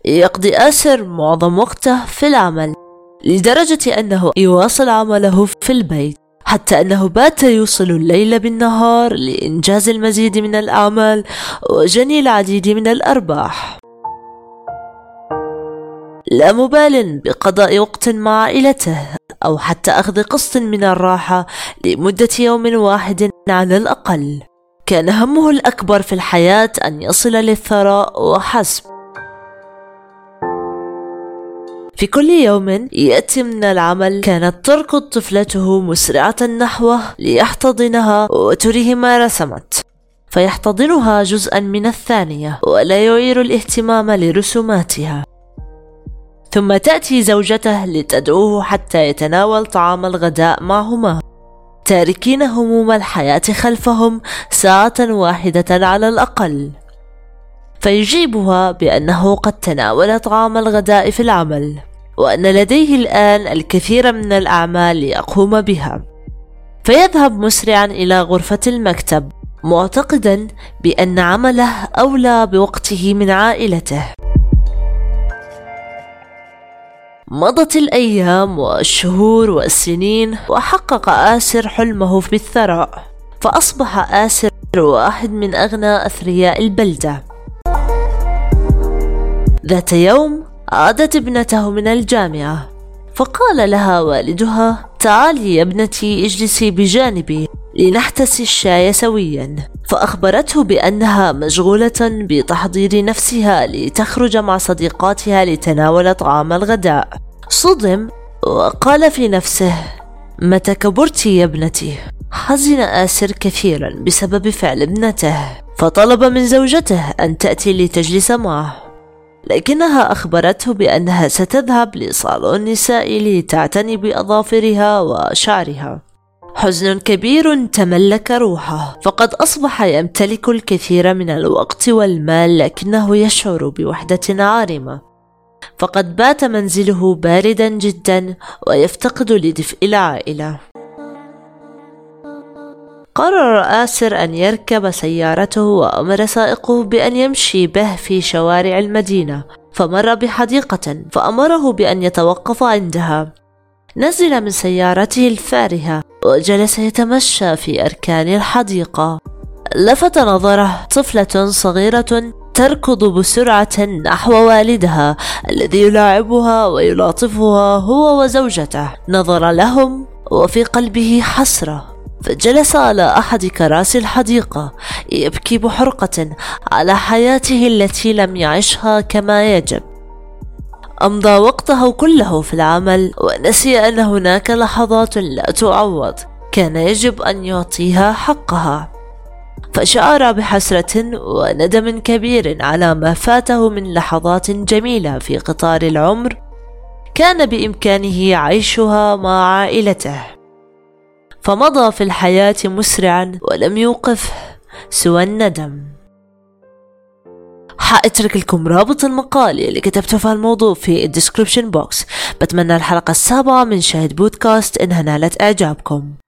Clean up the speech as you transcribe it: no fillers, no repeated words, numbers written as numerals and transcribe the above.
يقضي آسر معظم وقته في العمل، لدرجة أنه يواصل عمله في البيت، حتى أنه بات يوصل الليل بالنهار لإنجاز المزيد من الأعمال وجني العديد من الأرباح، لا مبال بقضاء وقت مع عائلته أو حتى أخذ قسط من الراحة لمدة يوم واحد على الأقل. كان همه الأكبر في الحياة أن يصل للثراء وحسب. في كل يوم يأتي من العمل كانت تركض طفلته مسرعة نحوه ليحتضنها وتريه ما رسمت، فيحتضنها جزءا من الثانية ولا يعير الاهتمام لرسوماتها. ثم تأتي زوجته لتدعوه حتى يتناول طعام الغداء معهما، تاركين هموم الحياة خلفهم ساعة واحدة على الأقل. فيجيبها بأنه قد تناول طعام الغداء في العمل، وأن لديه الآن الكثير من الأعمال ليقوم بها. فيذهب مسرعا إلى غرفة المكتب معتقدا بأن عمله أولى بوقته من عائلته. مضت الأيام والشهور والسنين، وحقق آسر حلمه بالثراء، فأصبح آسر واحد من أغنى أثرياء البلدة. ذات يوم عادت ابنته من الجامعة، فقال لها والدها: تعالي يا ابنتي اجلسي بجانبي لنحتسي الشاي سويا. فأخبرته بأنها مشغولة بتحضير نفسها لتخرج مع صديقاتها لتناول طعام الغداء. صدم وقال في نفسه: متى كبرت يا ابنتي؟ حزن آسر كثيرا بسبب فعل ابنته، فطلب من زوجته أن تأتي لتجلس معه، لكنها أخبرته بأنها ستذهب لصالون النساء لتعتني بأظافرها وشعرها. حزن كبير تملك روحه، فقد أصبح يمتلك الكثير من الوقت والمال، لكنه يشعر بوحدة عارمة، فقد بات منزله باردا جدا ويفتقد لدفء العائلة. قرر آسر أن يركب سيارته، وأمر سائقه بأن يمشي به في شوارع المدينة، فمر بحديقة فأمره بأن يتوقف عندها. نزل من سيارته الفارهة وجلس يتمشى في أركان الحديقة. لفت نظره طفلة صغيرة تركض بسرعة نحو والدها الذي يلاعبها ويلاطفها هو وزوجته. نظر لهم وفي قلبه حسرة، فجلس على أحد كراسي الحديقة يبكي بحرقة على حياته التي لم يعشها كما يجب. أمضى وقته كله في العمل ونسي أن هناك لحظات لا تعوض كان يجب أن يعطيها حقها، فشعر بحسرة وندم كبير على ما فاته من لحظات جميلة في قطار العمر كان بإمكانه عيشها مع عائلته. فمضى في الحياة مسرعا ولم يوقفه سوى الندم. حأترك لكم رابط المقال اللي كتبته في الموضوع في الديسكريبشن بوكس. بتمنى الحلقة السابعة من شاهد بودكاست إنها نالت إعجابكم.